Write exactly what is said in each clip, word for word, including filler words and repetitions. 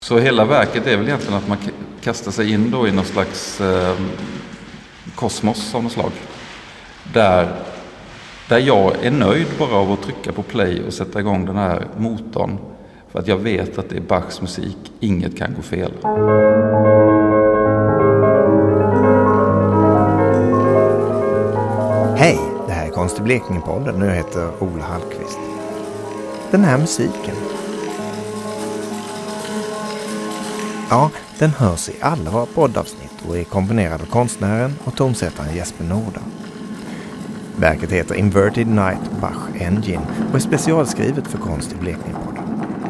Så hela verket är väl egentligen att man kastar sig in då i någon slags eh, kosmos av något slag. Där, där jag är nöjd bara av att trycka på play och sätta igång den här motorn. För att jag vet att det är Bachs musik. Inget kan gå fel. Hej, det här är Konst i Blekinge-podden. Nu heter Ola Hallqvist. Den här musiken. Ja, den hörs i alla våra poddavsnitt och är komponerad av konstnären och tonsättaren Jesper Norda. Verket heter Inverted Night Bach Engine och är specialskrivet för Konst i Blekinge-podden.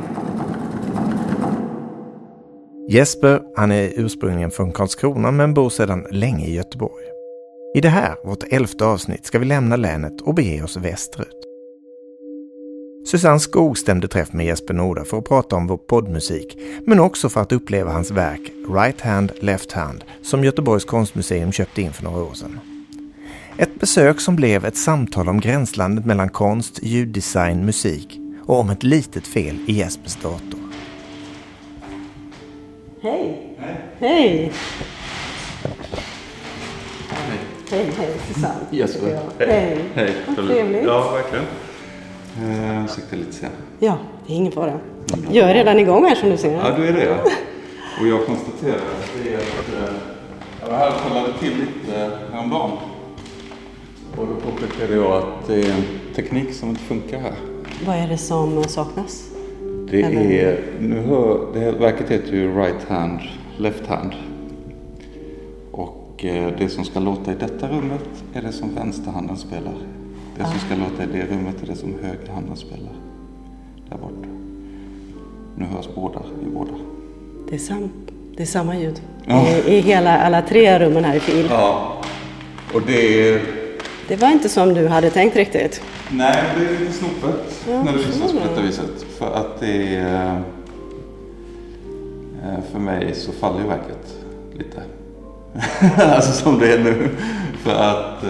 Jesper, han är ursprungligen från Karlskrona men bor sedan länge i Göteborg. I det här, vårt elfte avsnitt, ska vi lämna länet och bege oss västerut. Susanne Skog stämde träff med Jesper Norda för att prata om vår poddmusik, men också för att uppleva hans verk Right Hand, Left Hand som Göteborgs konstmuseum köpte in för några år sedan. Ett besök som blev ett samtal om gränslandet mellan konst, ljuddesign, musik och om ett litet fel i Jespers dator. Hej! Hej! Hej, hej, Susanne. Jesper. Hej. Hej. Vad trevligt. Ja, verkligen. Jag siktar lite sen. Ja, det är ingen fara. Jag är redan igång här som du ser. Ja, du är det. Och jag konstaterar att det är att jag var här och kollade till lite häromdagen. Och då påpekade jag att det är en teknik som inte funkar här. Vad är det som saknas? Det Eller? är, nu hör, det här verket heter ju Right Hand, Left Hand. Och det som ska låta i detta rummet är det som vänsterhanden spelar. Det som ska låta i det rummet är det som högerhanden spelar. Där borta. Nu hörs båda i båda. Det är, sam, det är samma ljud. Ja. I, I hela, alla tre rummen här i fil. Ja. Och det är... Det var inte som du hade tänkt riktigt. Nej, det är lite snopet Ja, när det lyssnas på det. detta viset. För att det är... För mig så faller ju verket lite. Alltså som det är nu. För att...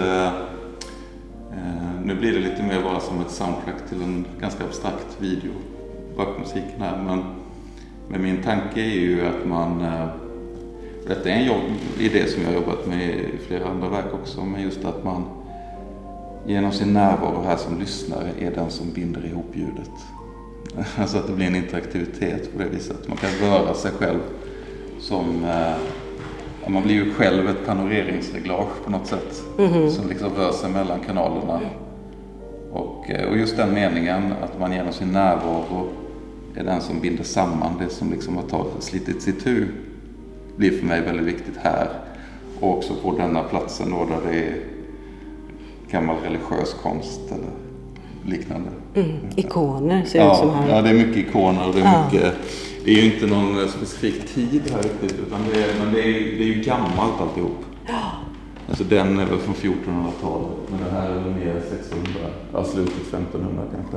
Nu blir det lite mer bara som ett soundtrack till en ganska abstrakt video. Bakmusiken här. Men, men min tanke är ju att man... Detta är en jobb, idé som jag har jobbat med i flera andra verk också. Men just att man genom sin närvaro här som lyssnare är den som binder ihop ljudet. Alltså att det blir en interaktivitet på det viset. Man kan röra sig själv som... Ja, man blir ju själv ett panoreringsreglage på något sätt. Mm-hmm. Som liksom rör sig mellan kanalerna. Och, och just den meningen att man genom sin närvaro är den som binder samman det som liksom har tagit, slitit sitt tur. Blir för mig väldigt viktigt här. Och också på denna platsen då där det är gammal religiös konst eller liknande. Mm. Ikoner ser ja, ut som här. Ja, det är mycket ikoner och det är ja. mycket... Det är ju inte någon specifik tid här riktigt, utan det är, men det är, det är ju gammalt alltihop. Ja. Alltså den är väl från fjortonhundratalet, men det här är väl mer sextonhundra, ja slutet femtonhundra kanske.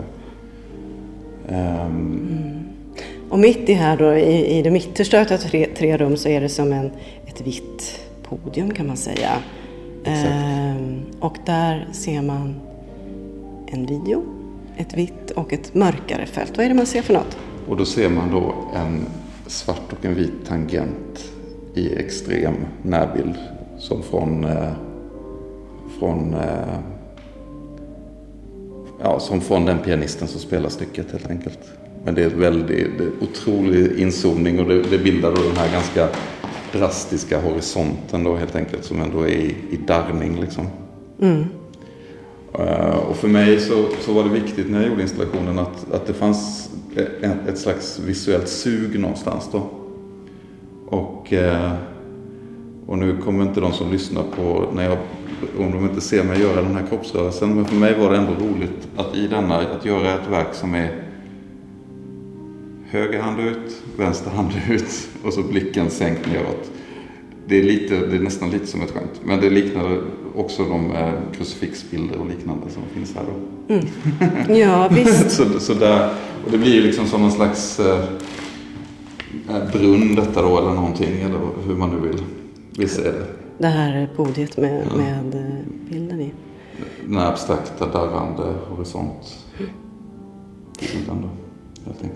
Um. Mm. Och mitt i här då, i, i det mittersta av tre, tre rum så är det som en, ett vitt podium kan man säga. Um, och där ser man en video, ett vitt och ett mörkare fält. Vad är det man ser för något? Och då ser man då en svart och en vit tangent i extrem närbild. Som från, eh, från, eh, ja, som från den pianisten som spelar stycket helt enkelt. Men det är en väldigt det är otrolig inzoomning och det, det bildar då den här ganska drastiska horisonten då helt enkelt. Som ändå är i, i darrning liksom. Mm. Uh, och för mig så, så var det viktigt när jag gjorde installationen att, att det fanns ett, ett slags visuellt sug någonstans då. Och, uh, och nu kommer inte de som lyssnar på, när jag, om de inte ser mig göra den här kroppsrörelsen, men för mig var det ändå roligt att i denna, att göra ett verk som är höger hand ut, vänster hand ut och så blicken sänkt neråt. Det är, lite, det är nästan lite som ett skämt. Men det liknar också de eh, krucifixbilder och liknande som finns här då. Mm. Ja, visst. så, så där, och det blir ju liksom som någon slags eh, brunn detta då eller någonting. Eller hur man nu vill, vill se det. Det här podiet med, ja. med bilden i. Den här abstrakta, darrande horisont. Bilden då, helt enkelt.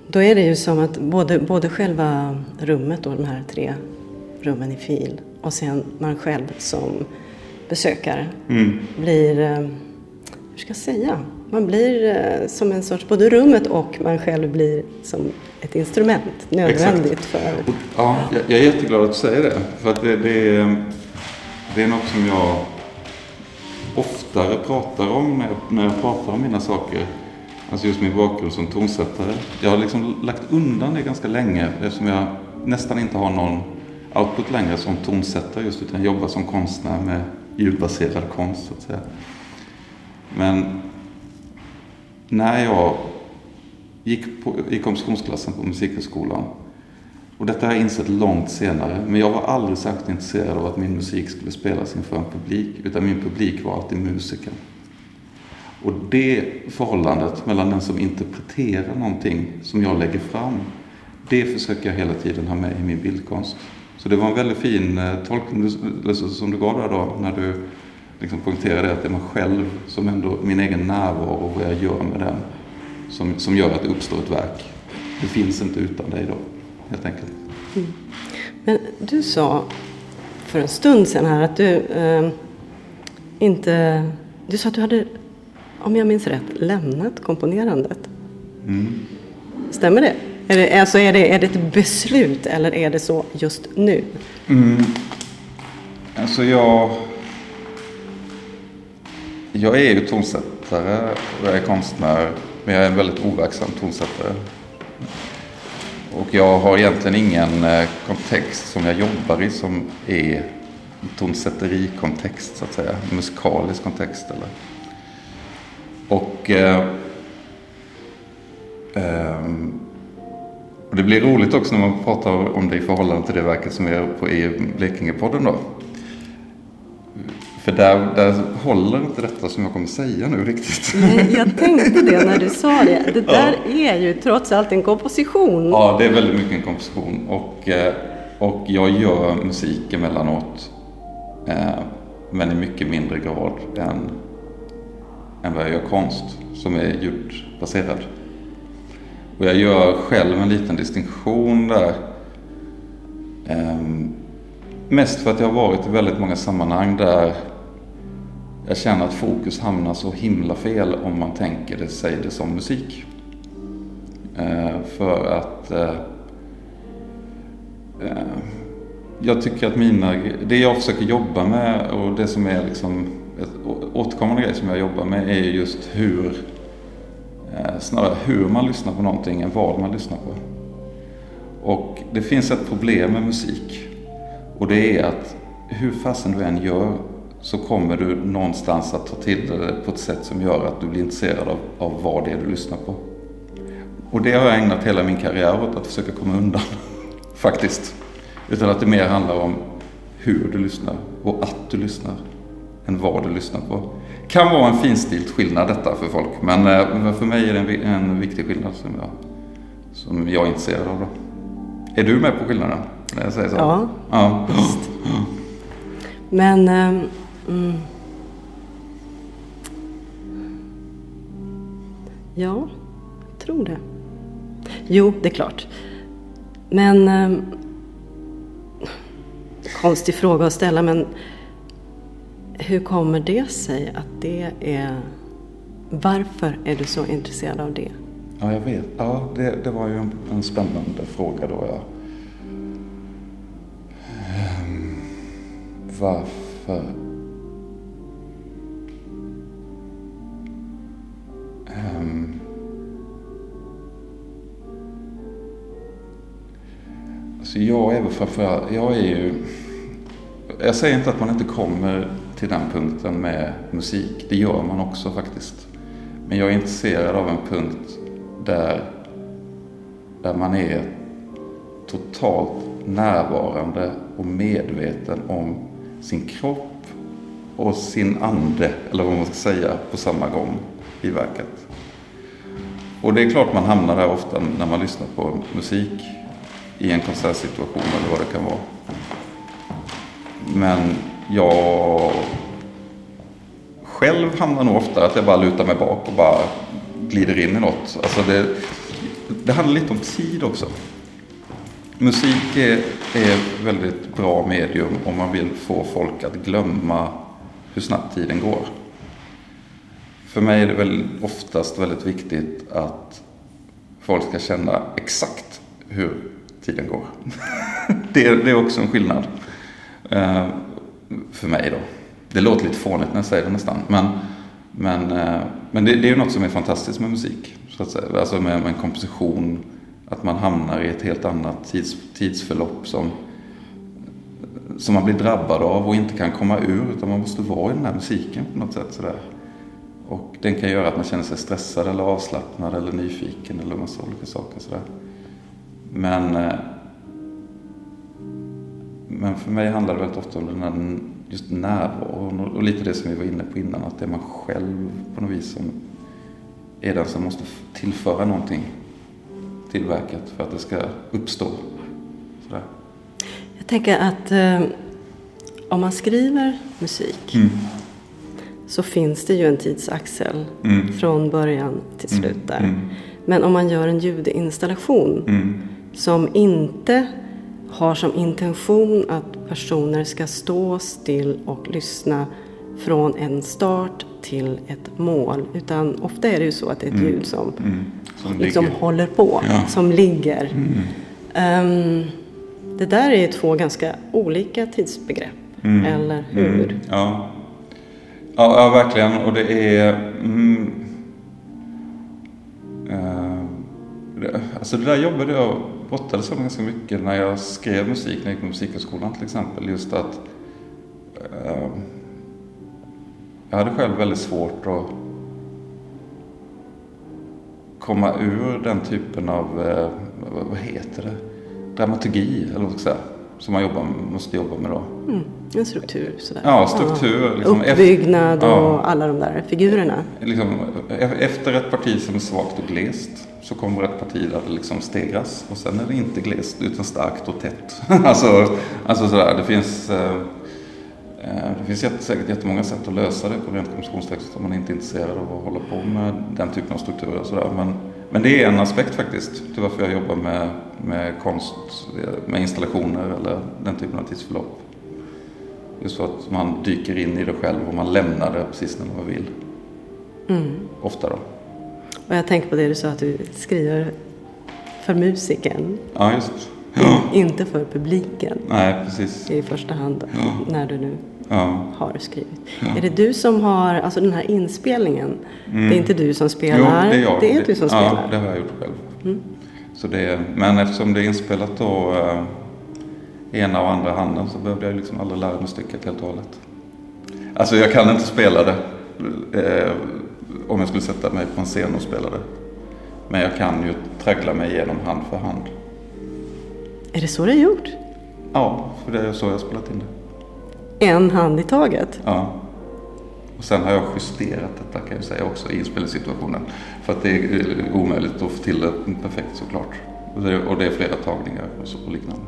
då är det ju som att både, både själva rummet och de här tre rummen i fil och sen man själv som besökare mm. blir, hur ska jag säga, man blir som en sorts, både rummet och man själv blir som ett instrument nödvändigt. Exakt. För... Ja, jag är jätteglad att du säger det, för att det, det, är, det är något som jag oftare pratar om när jag, när jag pratar om mina saker. Alltså just min bakgrund som tonsättare. Jag har liksom lagt undan det ganska länge eftersom jag nästan inte har någon output längre som tonsättare just, utan jobbar som konstnär med ljudbaserad konst så att säga. Men när jag gick, på, gick kompositionsklassen på Musikhögskolan, och detta har jag insett långt senare, men jag var aldrig särskilt intresserad av att min musik skulle spelas inför en publik, utan min publik var alltid musiken. Och det förhållandet mellan den som interpreterar någonting som jag lägger fram, det försöker jag hela tiden ha med i min bildkonst. Så det var en väldigt fin tolkning som du gav där då, när du liksom poängterade att det är man själv som ändå, min egen närvaro och vad jag gör med den, som, som gör att det uppstår ett verk. Det finns inte utan dig då, helt enkelt. Mm. Men du sa för en stund sedan här att du eh, inte, du sa att du hade, om jag minns rätt, lämnat komponerandet. Mm. Stämmer det? Är det, alltså är det, är det ett beslut eller är det så just nu? Mm. Alltså jag... Jag är ju tonsättare och jag är konstnär, men jag är en väldigt overksam tonsättare. Och jag har egentligen ingen kontext som jag jobbar i som är tonsätteri-kontext så att säga, musikalisk kontext eller. Och, eh, eh, och det blir roligt också när man pratar om det i förhållande till det verket som är på i Blekingepodden då. För där, där håller inte detta som jag kommer säga nu riktigt. Nej, jag tänkte det när du sa det. Det där ja. är ju trots allt en komposition. Ja, det är väldigt mycket en komposition. Och, och jag gör musik emellanåt. Men i mycket mindre grad än, än vad jag gör konst som är ljudbaserad. Och jag gör själv en liten distinktion där. Mest för att jag har varit i väldigt många sammanhang där jag känner att fokus hamnar så himla fel om man tänker det, säger det som musik. Eh, för att eh, eh, jag tycker att mina, det jag försöker jobba med och det som är liksom ett återkommande grej som jag jobbar med är just hur eh, snarare hur man lyssnar på någonting än vad man lyssnar på. Och det finns ett problem med musik. Och det är att hur fasen du än gör så kommer du någonstans att ta till det på ett sätt som gör att du blir intresserad av, av vad det är du lyssnar på. Och det har jag ägnat hela min karriär åt att försöka komma undan, faktiskt. Utan att det mer handlar om hur du lyssnar och att du lyssnar än vad du lyssnar på. Kan vara en finstilt skillnad detta för folk, men för mig är det en, en viktig skillnad som jag, som jag är intresserad av. Då. Är du med på skillnaden? När jag säger så? Ja, ja. visst. Men um, mm, ja, jag tror det. Jo, det är klart. Men um, konstig fråga att ställa, men hur kommer det sig att det är, varför är du så intresserad av det? Ja, jag vet. Ja, det, det var ju en, en spännande fråga då. Ja. Um, varför? Um, alltså jag är väl framförallt, jag är ju, jag säger inte att man inte kommer till den punkten med musik. Det gör man också faktiskt. Men jag är intresserad av en punkt där, där man är totalt närvarande och medveten om sin kropp och sin ande, eller vad man ska säga, på samma gång i verket. Och det är klart man hamnar där ofta när man lyssnar på musik i en konsertsituation eller vad det kan vara. Men jag själv hamnar nog ofta att jag bara lutar mig bak och bara glider in i något. Alltså det, det handlar lite om tid också. Musik är, är väldigt bra medium om man vill få folk att glömma hur snabbt tiden går. För mig är det väl oftast väldigt viktigt att folk ska känna exakt hur tiden går. det, är, det är också en skillnad uh, för mig då. Det låter lite fånigt när jag säger det nästan. Men, men, uh, men det, det är ju något som är fantastiskt med musik. Så att säga. Alltså med, med en komposition. Att man hamnar i ett helt annat tids, tidsförlopp som, som man blir drabbad av och inte kan komma ur. Utan man måste vara i den här musiken på något sätt. Sådär. Och den kan göra att man känner sig stressad eller avslappnad eller nyfiken eller massa olika saker. Sådär. Men, men för mig handlar det väldigt ofta om den här just närvaron och, och lite det som vi var inne på innan. Att det är man själv på något vis som är den som måste tillföra någonting till verket för att det ska uppstå. Sådär. Jag tänker att eh, om man skriver musik mm. så finns det ju en tidsaxel mm. från början till slut där. Mm. Men om man gör en ljudinstallation mm. som inte har som intention att personer ska stå still och lyssna från en start till ett mål. Utan ofta är det ju så att det är ett mm. ljud som, mm. som liksom håller på, ja. som ligger. Mm. Um, det där är två ganska olika tidsbegrepp, mm. eller hur? Mm. Ja. Ja, ja, verkligen. Och det är... Mm, uh, det, alltså det där jobbade jag brottades om ganska mycket när jag skrev musik, när jag gick på musikhögskolan till exempel. Just att... Uh, jag hade själv väldigt svårt att komma ur den typen av, eh, vad heter det, dramaturgi eller vad ska jag säga, som man jobbar, måste jobba med då. Mm, en struktur sådär. Ja, struktur. Ja. Liksom Uppbyggnad efter, och ja, alla de där figurerna. Liksom, efter ett parti som är svagt och glest så kommer ett parti där det liksom stegras och sen är det inte glest utan starkt och tätt. alltså, alltså sådär, det finns... Eh, Det finns jätt, säkert jättemånga sätt att lösa det på rent kompositionstext om man inte är intresserad av att hålla på med den typen av strukturer och sådär. Men, men det är en aspekt faktiskt till varför jag jobbar med, med konst, med installationer eller den typen av tidsförlopp. Just för att man dyker in i det själv och man lämnar det precis när man vill. Mm. Ofta då. Och jag tänker på det du sa att du skriver för musiken. Ja, just Ja. Inte för publiken. Nej, precis. I första hand, ja. när du nu ja. har skrivit. Ja. Är det du som har, alltså den här inspelningen, mm. det är inte du som spelar? Jo, det är jag. Det är du som ja, spelar? Ja, det har jag gjort själv. Mm. Så det är, men eftersom det är inspelat då eh, ena och andra handen så behövde jag liksom aldrig lära mig stycket helt och hållet. Alltså jag kan inte spela det eh, om jag skulle sätta mig på en scen och spela det. Men jag kan ju traggla mig igenom hand för hand. Är det så det är gjort? Ja, för det är så jag har spelat in det. En hand i taget? Ja. Och sen har jag justerat detta kan jag säga också i inspelningssituationen. För att det är omöjligt att få till det perfekt såklart. Och det är, och det är flera tagningar och, så, och liknande.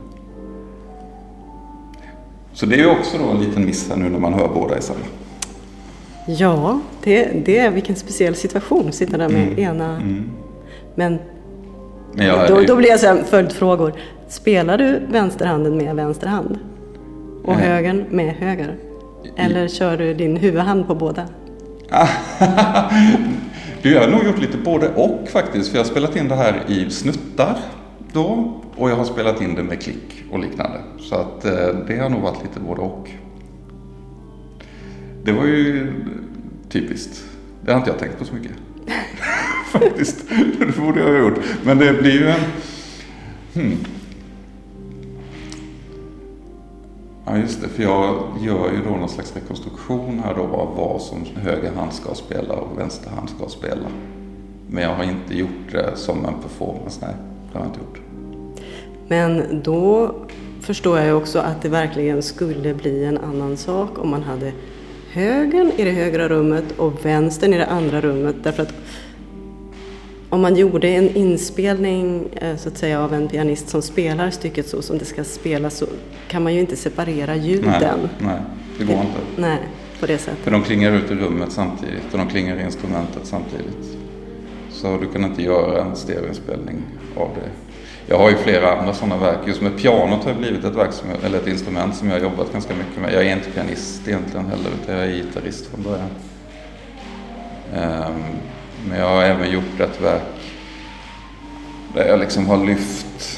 Så det är ju också då en liten miss här nu när man hör båda i samma. Ja, det, det är vilken speciell situation. Sitta där med mm. ena... Mm. Men... Men då, då blir jag så här följdfrågor. Spelar du vänsterhanden med vänster hand? Och mm. högern med höger? Eller kör du din huvudhand på båda? Du, jag har nog gjort lite både och faktiskt. För jag har spelat in det här i snuttar då. Och jag har spelat in det med klick och liknande. Så att det har nog varit lite både och. Det var ju typiskt. Det har inte jag tänkt på så mycket. Faktiskt, det borde jag ha gjort. Men det blir ju en... Hmm. Ja just det, för jag gör ju då någon slags rekonstruktion här då av vad som höger hand ska spela och vänster hand ska spela. Men jag har inte gjort det som en performance, nej, det har jag inte gjort. Men då förstår jag ju också att det verkligen skulle bli en annan sak om man hade högern i det högra rummet och vänstern i det andra rummet. Därför att om man gjorde en inspelning så att säga av en pianist som spelar stycket så som det ska spelas så kan man ju inte separera ljuden. Nej, nej det går inte. Nej, på det sättet. För de klingar ut i rummet samtidigt och de klingar i instrumentet samtidigt. Så så du kan inte göra en stereoinspelning av det. Jag har ju flera andra sådana verk. Just med pianot har det blivit ett verk som jag, eller ett instrument som jag har jobbat ganska mycket med. Jag är inte pianist egentligen heller, utan jag är gitarrist från början. Um, men jag har även gjort ett verk där jag liksom har lyft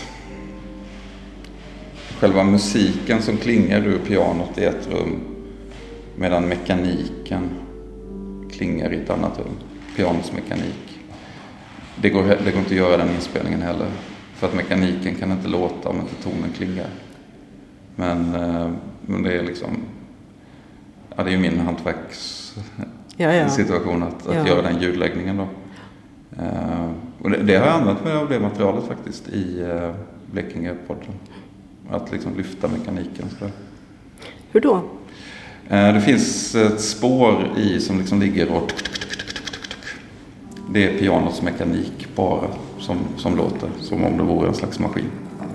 själva musiken som klingar ur pianot i ett rum, medan mekaniken klingar i ett annat rum. Pianots mekanik. Det går, det går inte att göra den inspelningen heller. För att mekaniken kan inte låta om inte tonen klingar. Men, men det är liksom... Ja, det är ju min hantverkssituation ja, ja. att, att ja. göra den ljudläggningen då. Uh, och det, det har jag använt mig av det materialet faktiskt i uh, Blekinge-podden. Att liksom lyfta mekaniken. Så. Hur då? Uh, det finns ett spår i som liksom ligger och... Det är pianots mekanik bara som, som låter som om det vore en slags maskin.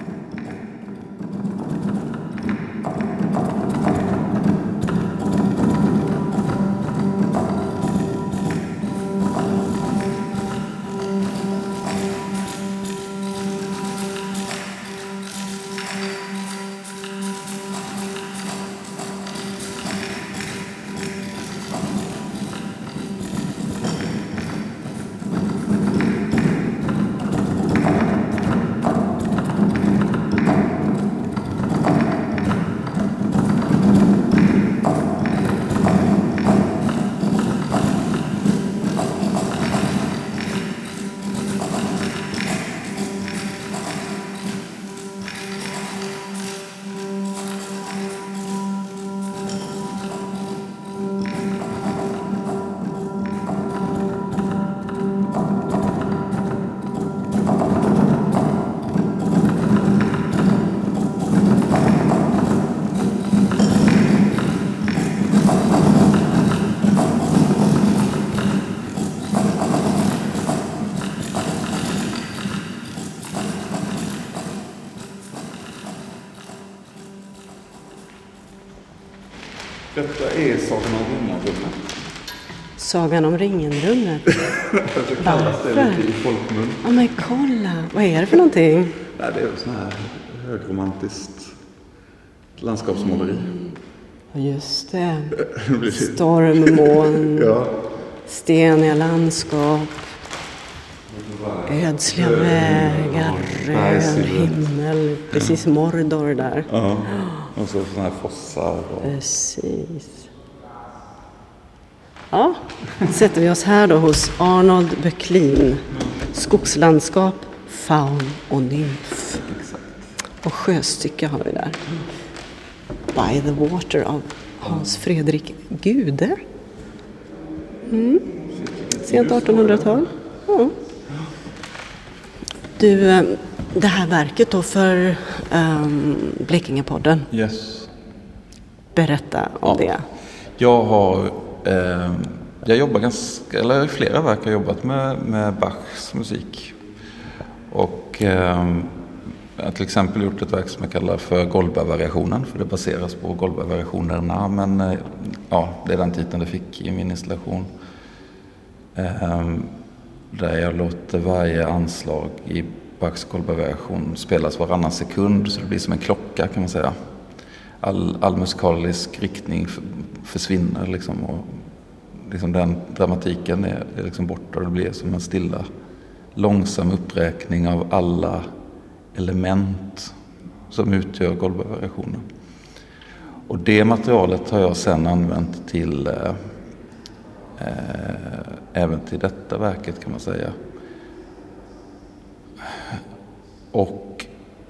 Detta är Sagan om ringen-rummet. Sagan om ringen-rummet? Det kallas det lite i folkmun. Ja, men kolla. Vad är det för någonting? Ja, det är ju sån här högromantiskt landskapsmåleri. Mm. Just det. Storm, moln, ja. Steniga landskap, ödsliga vägar, röd himmel. Precis Mordor där. Ja. Och så sådana här fossar. Och... Precis. Ja, sätter vi oss här då hos Arnold Böcklin. Skogslandskap, faun och nymf. Exakt. Och sjöstycke har vi där. By the Water av Hans Fredrik Gude. Mm. Sent artonhundratal. Ja. Du, det här verket då för um, Blekingepodden. Yes. Berätta om ja. det. Jag har eh, jag jobbar ganska, eller flera verk har jobbat med, med Bachs musik. Och eh, jag har till exempel gjort ett verk som jag kallar för Goldberg-variationen, för det baseras på Goldberg-variationerna, men eh, ja, det är den titeln det fick i min installation. Eh, där jag låter varje anslag i Bachs Goldberg-variation spelas varannan sekund, så det blir som en klocka kan man säga. All, all musikalisk riktning för, försvinner liksom, och liksom den dramatiken är, är liksom borta, och det blir som en stilla långsam uppräkning av alla element som utgör Goldberg-variationen. Och det materialet har jag sedan använt till eh, eh, även till detta verket kan man säga. Och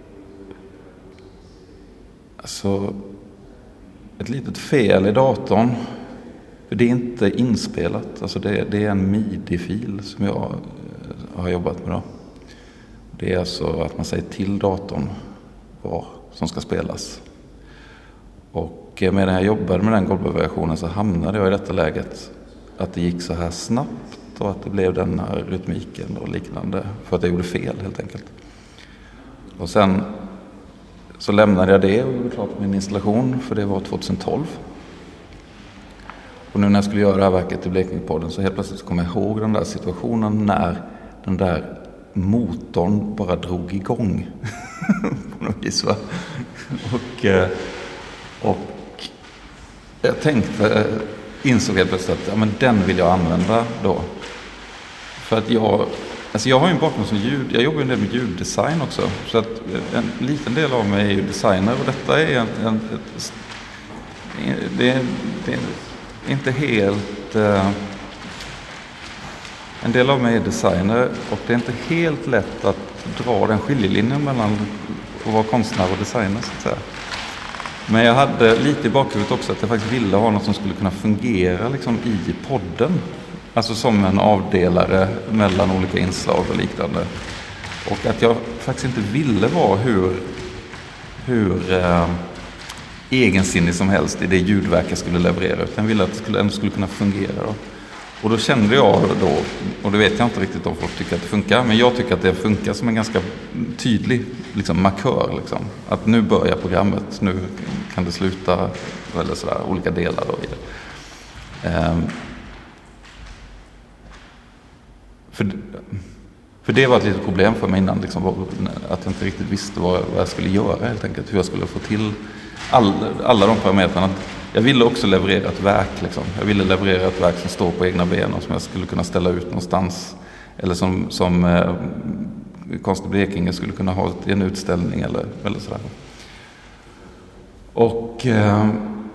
alltså ett litet fel i datorn, för det är inte inspelat, alltså det, det är en midi-fil som jag har jobbat med då. Det är alltså att man säger till datorn vad som ska spelas. Och medan jag jobbade med den Goldberg-variationen så hamnade jag i detta läget att det gick så här snabbt och att det blev den här rytmiken och liknande, för att jag gjorde fel helt enkelt. Och sen så lämnade jag det och gjorde klart min installation, för det var tjugohundratolv. Och nu när jag skulle göra det här verket i Blekingepodden så helt plötsligt kom jag ihåg den där situationen när den där motorn bara drog igång på något vis, va? Och, och jag tänkte, insåg helt plötsligt att ja, men den vill jag använda då. För att jag, alltså jag har ju en bakgrund som ljud, jag jobbar ju en del med ljuddesign också. Så att en liten del av mig är ju designer, och detta är en, en ett, det, är, det är inte helt... Uh, en del av mig är designer, och det är inte helt lätt att dra den skiljelinjen mellan att vara konstnär och designer, så att säga. Men jag hade lite i bakhuvudet också att jag faktiskt ville ha något som skulle kunna fungera liksom i podden. Alltså som en avdelare mellan olika inslag och liknande. Och att jag faktiskt inte ville vara hur, hur eh, egensinnig som helst i det ljudverk jag skulle leverera. Utan jag ville att det skulle, ändå skulle kunna fungera då. Och då kände jag då, och det vet jag inte riktigt om folk tycker att det funkar, men jag tycker att det funkar som en ganska tydlig liksom, markör. Liksom. Att nu börjar programmet, nu kan det sluta, eller sådär, olika delar då i det. Um, för, för det var ett litet problem för mig innan, liksom, att jag inte riktigt visste vad, vad jag skulle göra helt enkelt, hur jag skulle få till all, alla de parametrarna. Jag ville också leverera ett verk. Liksom. Jag ville leverera ett verk som står på egna ben och som jag skulle kunna ställa ut någonstans. Eller som, som eh, Konst i Blekinge skulle kunna ha i en utställning eller, eller sådär. Och, eh,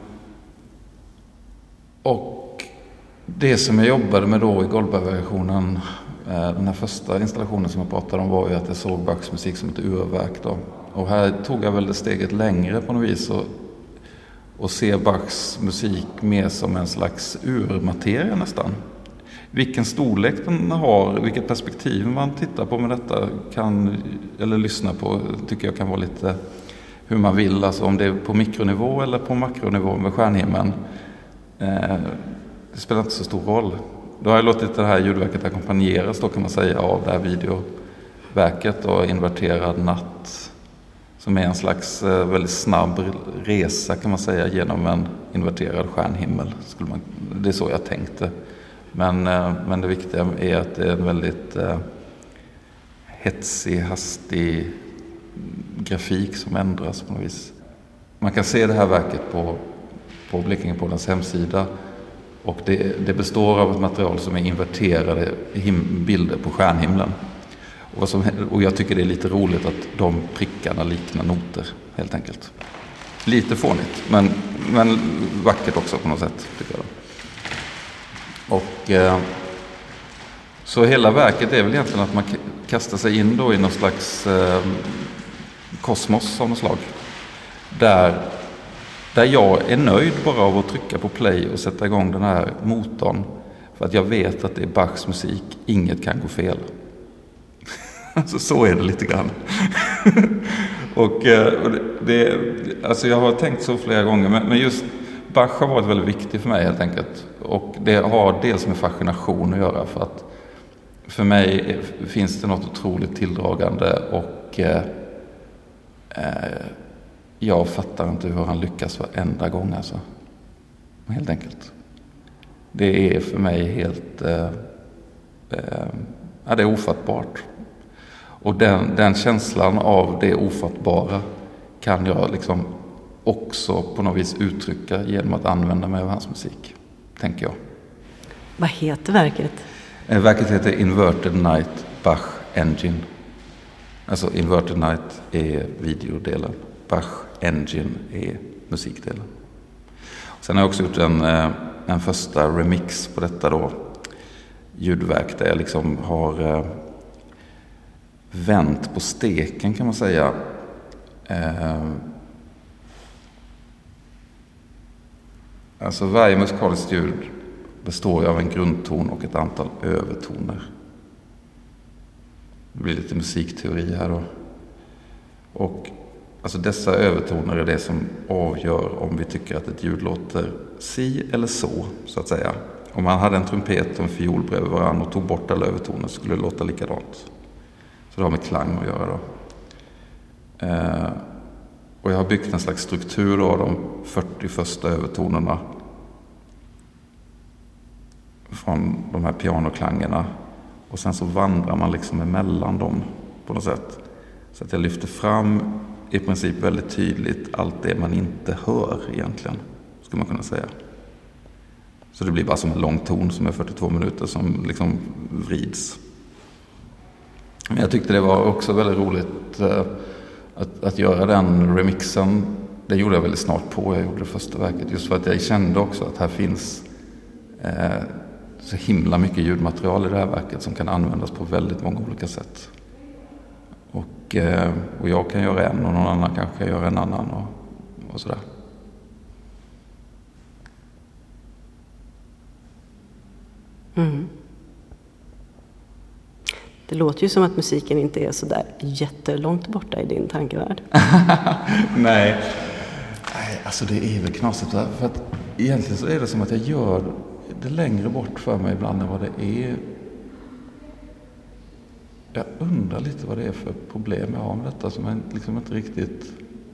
och det som jag jobbade med då i Goldberg-versionen, eh, den här första installationen som jag pratade om, var ju att jag såg Bachs musik som ett urverk då. Och här tog jag väl det steget längre på något vis och och se Bachs musik mer som en slags urmateria nästan. Vilken storlek den har, vilket perspektiv man tittar på med detta kan, eller lyssnar på, tycker jag kan vara lite hur man vill. Alltså om det är på mikronivå eller på makronivå med stjärnhimlen. Eh, det spelar inte så stor roll. Då har jag låtit det här ljudverket ackompanjeras då, kan man säga, av det här videoverket och Inverterad natt. Som är en slags eh, väldigt snabb resa, kan man säga, genom en inverterad stjärnhimmel. Skulle man, det är så jag tänkte. Men, eh, men det viktiga är att det är en väldigt eh, hetsig, hastig grafik som ändras på något vis. Man kan se det här verket på, på Blekingepoddens hemsida. Och det, det består av ett material som är inverterade him- bilder på stjärnhimlen. Och, som, och jag tycker det är lite roligt att de prickarna liknar noter, helt enkelt. Lite fånigt, men, men vackert också på något sätt, tycker jag. Och eh, så hela verket är väl egentligen att man kastar sig in då i någon slags eh, kosmos av något slag. Där, där jag är nöjd bara av att trycka på play och sätta igång den här motorn. För att jag vet att det är Bachs musik, inget kan gå fel. Alltså så är det lite grann. och, och det, det, alltså jag har tänkt så flera gånger, men, men just Bach har varit väldigt viktig för mig helt enkelt. Och det har dels med fascination att göra, för att för mig finns det något otroligt tilldragande och eh, jag fattar inte hur han lyckas varenda gång alltså. Helt enkelt. Det är för mig helt eh, eh, ja, det är ofattbart. Och den, den känslan av det ofattbara kan jag liksom också på något vis uttrycka genom att använda mig av hans musik, tänker jag. Vad heter verket? Eh, verket heter Inverted Night Bach Engine. Alltså Inverted Night är videodelen. Bach Engine är musikdelen. Sen har jag också gjort en, en första remix på detta då. Ljudverk där jag liksom har vänt på steken, kan man säga. Eh, alltså varje musikaliskt ljud består av en grundton och ett antal övertoner. Det blir lite musikteori här då. Och alltså dessa övertoner är det som avgör om vi tycker att ett ljud låter si eller så, så att säga. Om man hade en trumpet och en fiol bredvid varandra och tog bort alla övertoner skulle det låta likadant. Så det har med klang att göra då. Eh, och jag har byggt en slags struktur av de fyrtio första övertonerna från de här pianoklangerna. Och sen så vandrar man liksom emellan dem på något sätt. Så att jag lyfter fram i princip väldigt tydligt allt det man inte hör egentligen, skulle man kunna säga. Så det blir bara som en lång ton som är fyrtiotvå minuter som liksom vrids. Men jag tyckte det var också väldigt roligt eh, att, att göra den remixen. Det gjorde jag väldigt snart på, jag gjorde det första verket. Just för att jag kände också att här finns eh, så himla mycket ljudmaterial i det här verket som kan användas på väldigt många olika sätt. Och, eh, och jag kan göra en och någon annan kanske kan göra en annan och, och sådär. Mm. Det låter ju som att musiken inte är så där jättelångt borta i din tankevärld. Nej. Nej, alltså det är väl knasigt. För att egentligen så är det som att jag gör det längre bort för mig ibland än vad det är. Jag undrar lite vad det är för problem jag har med detta som jag liksom inte riktigt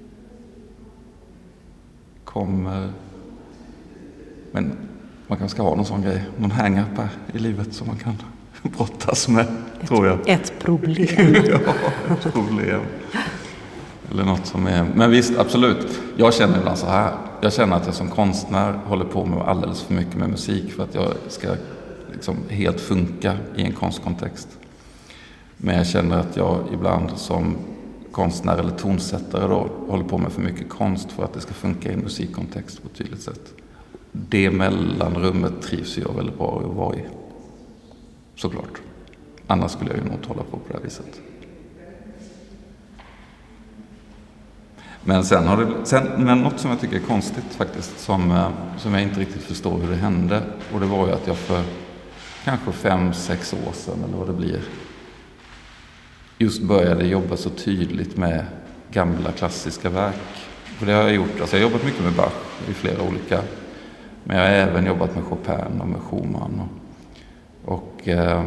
kommer. Men man kanske ska ha någon sån grej, någon hang-up här i livet som man kan brottas med, ett, tror jag. Ett problem. Ja, ett problem. Eller något som är... Men visst, absolut. Jag känner ibland så här. Jag känner att jag som konstnär håller på med alldeles för mycket med musik för att jag ska liksom helt funka i en konstkontext. Men jag känner att jag ibland som konstnär eller tonsättare då håller på med för mycket konst för att det ska funka i en musikkontext på ett tydligt sätt. Det mellanrummet trivs jag väldigt bra att vara i. Såklart. Annars skulle jag ju nog hålla på på det här viset. Men sen har det, sen, men något som jag tycker är konstigt faktiskt, som, som jag inte riktigt förstår hur det hände. Och det var ju att jag för kanske fem, sex år sedan, eller vad det blir, just började jobba så tydligt med gamla klassiska verk. För det har jag gjort. Alltså jag har jobbat mycket med Bach i flera olika. Men jag har även jobbat med Chopin och med Schumann. Och, och eh,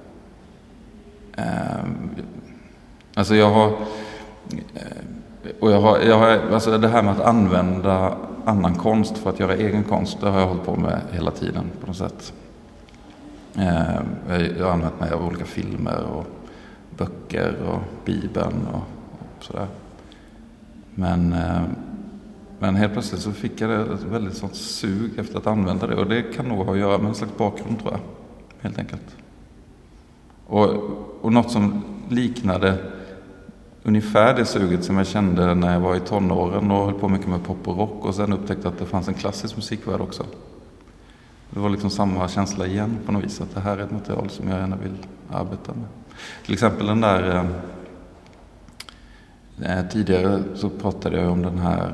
eh, alltså jag har... Eh, Och jag har, jag har, alltså det här med att använda annan konst för att göra egen konst, det har jag hållit på med hela tiden på något sätt. Eh, jag har använt mig av olika filmer och böcker och Bibeln och, och sådär. Men, eh, men helt plötsligt så fick jag det ett väldigt sånt sug efter att använda det. Och det kan nog ha att göra med en slags bakgrund, tror jag. Helt enkelt. Och, och något som liknade ungefär det suget som jag kände när jag var i tonåren och höll på mycket med pop och rock och sen upptäckte att det fanns en klassisk musikvärld också. Det var liksom samma känsla igen på något vis, att det här är ett material som jag gärna vill arbeta med. Till exempel den där eh, tidigare så pratade jag om den här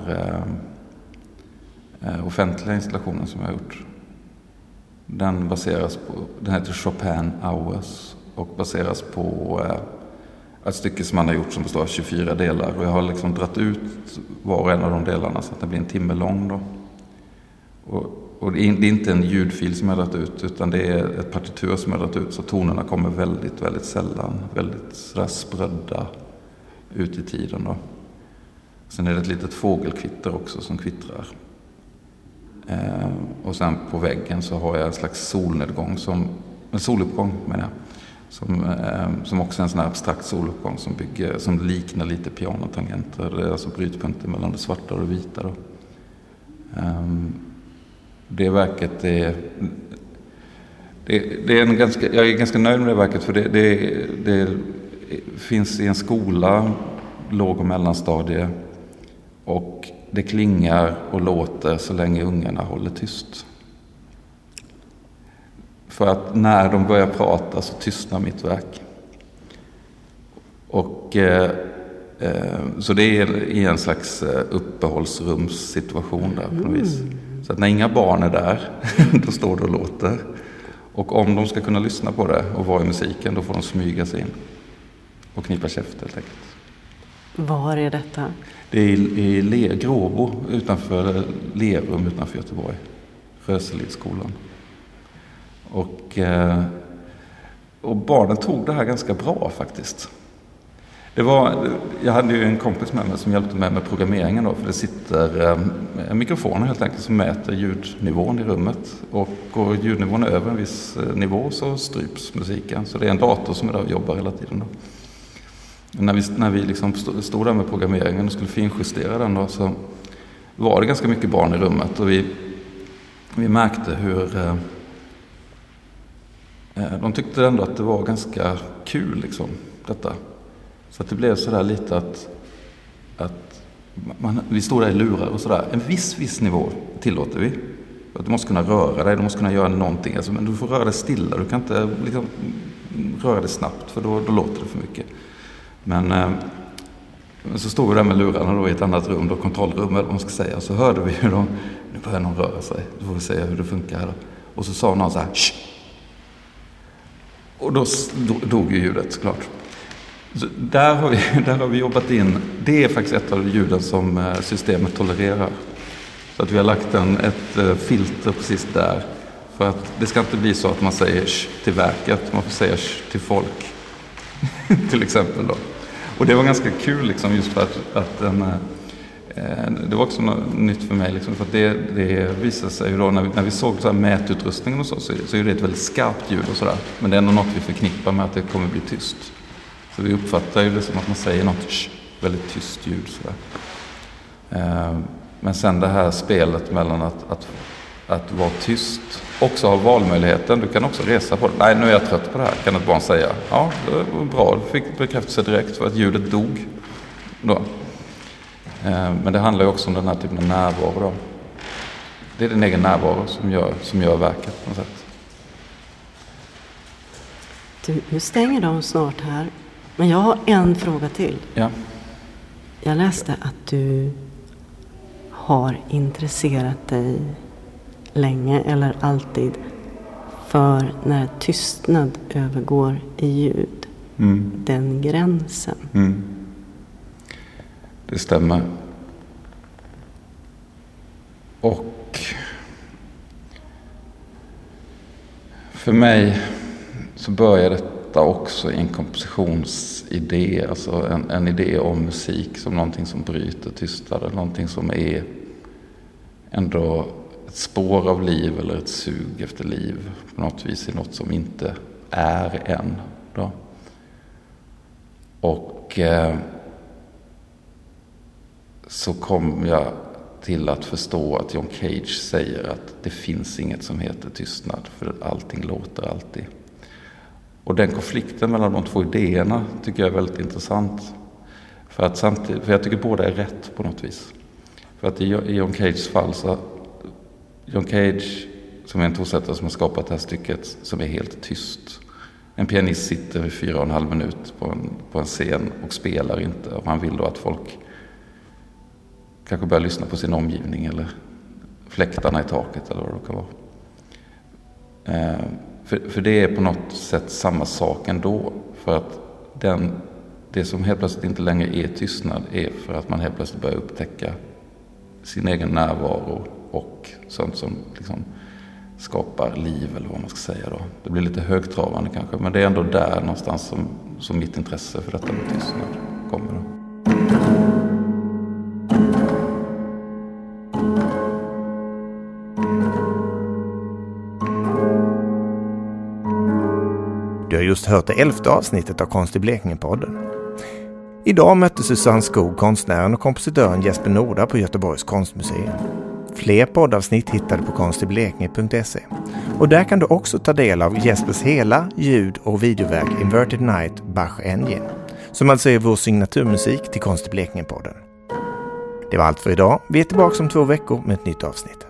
eh, offentliga installationen som jag har gjort. Den baseras på, den heter Chopin Hours och baseras på eh, ett stycke som man har gjort som består av tjugofyra delar. Och jag har liksom dratt ut var och en av de delarna så att det blir en timme lång då. Och, och det är inte en ljudfil som jag har dragit ut, utan det är ett partitur som jag har dragit ut. Så tonerna kommer väldigt, väldigt sällan. Väldigt sådär sprödda ut i tiden då. Sen är det ett litet fågelkvitter också som kvittrar. Eh, och sen på väggen så har jag en slags solnedgång som... En soluppgång menar jag. Som, eh, som också är en sån här abstrakt soluppgång som, bygger, som liknar lite pianotangenter. Det är alltså brytpunkter mellan det svarta och det vita. Då. Um, det verket är... Det, det är en ganska, jag är ganska nöjd med det verket för det, det, det finns i en skola, låg- och mellanstadie. Och det klingar och låter så länge ungarna håller tyst. För att när de börjar prata så tystnar mitt verk. Och eh, eh, så det är i en slags uppehållsrumssituation där på något vis. Så att när inga barn är där, då står det och låter. Och om de ska kunna lyssna på det och vara i musiken, då får de smyga sig in. Och knipa käft helt enkelt. Var är detta? Det är i, i Le, Gråbo, utanför Lerum utanför Göteborg. Röselidsskolan. Och, och barnen tog det här ganska bra faktiskt. Det var, jag hade ju en kompis med mig som hjälpte mig med programmeringen då, för det sitter eh, en mikrofon helt enkelt som mäter ljudnivån i rummet, och går ljudnivån över en viss nivå så stryps musiken. Så det är en dator som är där och jobbar hela tiden då. När vi, när vi liksom stod där med programmeringen och skulle finjustera den då, så var det ganska mycket barn i rummet, och vi, vi märkte hur eh, de tyckte ändå att det var ganska kul liksom, detta. Så att det blev sådär lite att, att man, vi stod där i lurar och sådär. En viss, viss nivå tillåter vi. Att du måste kunna röra dig, du måste kunna göra någonting. Alltså, men du får röra dig stilla, du kan inte liksom, röra dig snabbt, för då, då låter det för mycket. Men eh, så stod vi där med lurarna då i ett annat rum, då, kontrollrum eller vad man ska säga. Så hörde vi hur de, nu börjar någon röra sig. Då får vi se hur det funkar här då. Och så sa någon så här, shh! Och då dog ju ljudet, såklart. Så där, har vi, där har vi jobbat in, det är faktiskt ett av ljuden som systemet tolererar. Så att vi har lagt en, ett filter precis där. För att det ska inte bli så att man säger shh till verket, man får säga shh till folk. Till exempel då. Och det var ganska kul liksom, just för att, att den, eh, det var också något nytt för mig liksom, för att det, det visade sig ju då när vi, när vi såg så här mätutrustningen och så, så, så är det ett väldigt skarpt ljud och sådär. Men det är ändå något vi förknippar med att det kommer bli tyst. Så vi uppfattar ju det som att man säger något shh, väldigt tyst ljud sådär. Eh, men sen det här spelet mellan att, att, att vara tyst, också ha valmöjligheten. Du kan också resa på det. Nej, nu är jag trött på det här, kan ett barn säga. Ja, det var bra. Du fick bekräftelse direkt för att ljudet dog. Då. Eh, men det handlar ju också om den här typen av närvaro. Då. Det är din egen närvaro som gör, som gör verket på något sätt. Du, nu stänger de snart här. Men jag har en fråga till. Ja. Jag läste att du har intresserat dig länge eller alltid för när tystnad övergår i ljud. Mm. Den gränsen. Mm. Det stämmer. Och för mig så börjar detta också i en kompositionsidé, alltså en, en idé om musik som någonting som bryter tystnaden, någonting som är ändå ett spår av liv eller ett sug efter liv på något vis, i något som inte är än då. Och eh, så kom jag till att förstå att John Cage säger att det finns inget som heter tystnad, för allting låter alltid. Och den konflikten mellan de två idéerna tycker jag är väldigt intressant. För att samtidigt, för jag tycker båda är rätt på något vis. För att i John Cages fall så, John Cage som är en tonsättare som har skapat det här stycket som är helt tyst. En pianist sitter i fyra och en halv minut på en, på en scen och spelar inte. Och han vill då att folk kanske börjar lyssna på sin omgivning eller fläktarna i taket eller vad det kan vara. Eh, för, för det är på något sätt samma sak ändå. För att den, det som helt plötsligt inte längre är tystnad är för att man helt plötsligt börjar upptäcka sin egen närvaro och sånt som liksom skapar liv eller vad man ska säga då. Det blir lite högtravande kanske, men det är ändå där någonstans som, som mitt intresse för detta med tystnad kommer då. Du har just hört det elfte avsnittet av Konst i Blekinge-podden. Idag mötte Susanne Skog konstnären och kompositören Jesper Norda på Göteborgs konstmuseum. Fler poddavsnitt hittar du på konstiblekinge punkt se. Och där kan du också ta del av Jespers hela ljud- och videoverk Inverted Night Bach Engine, som alltså är vår signaturmusik till Konst i Blekinge-podden. Det var allt för idag. Vi är tillbaka om två veckor med ett nytt avsnitt.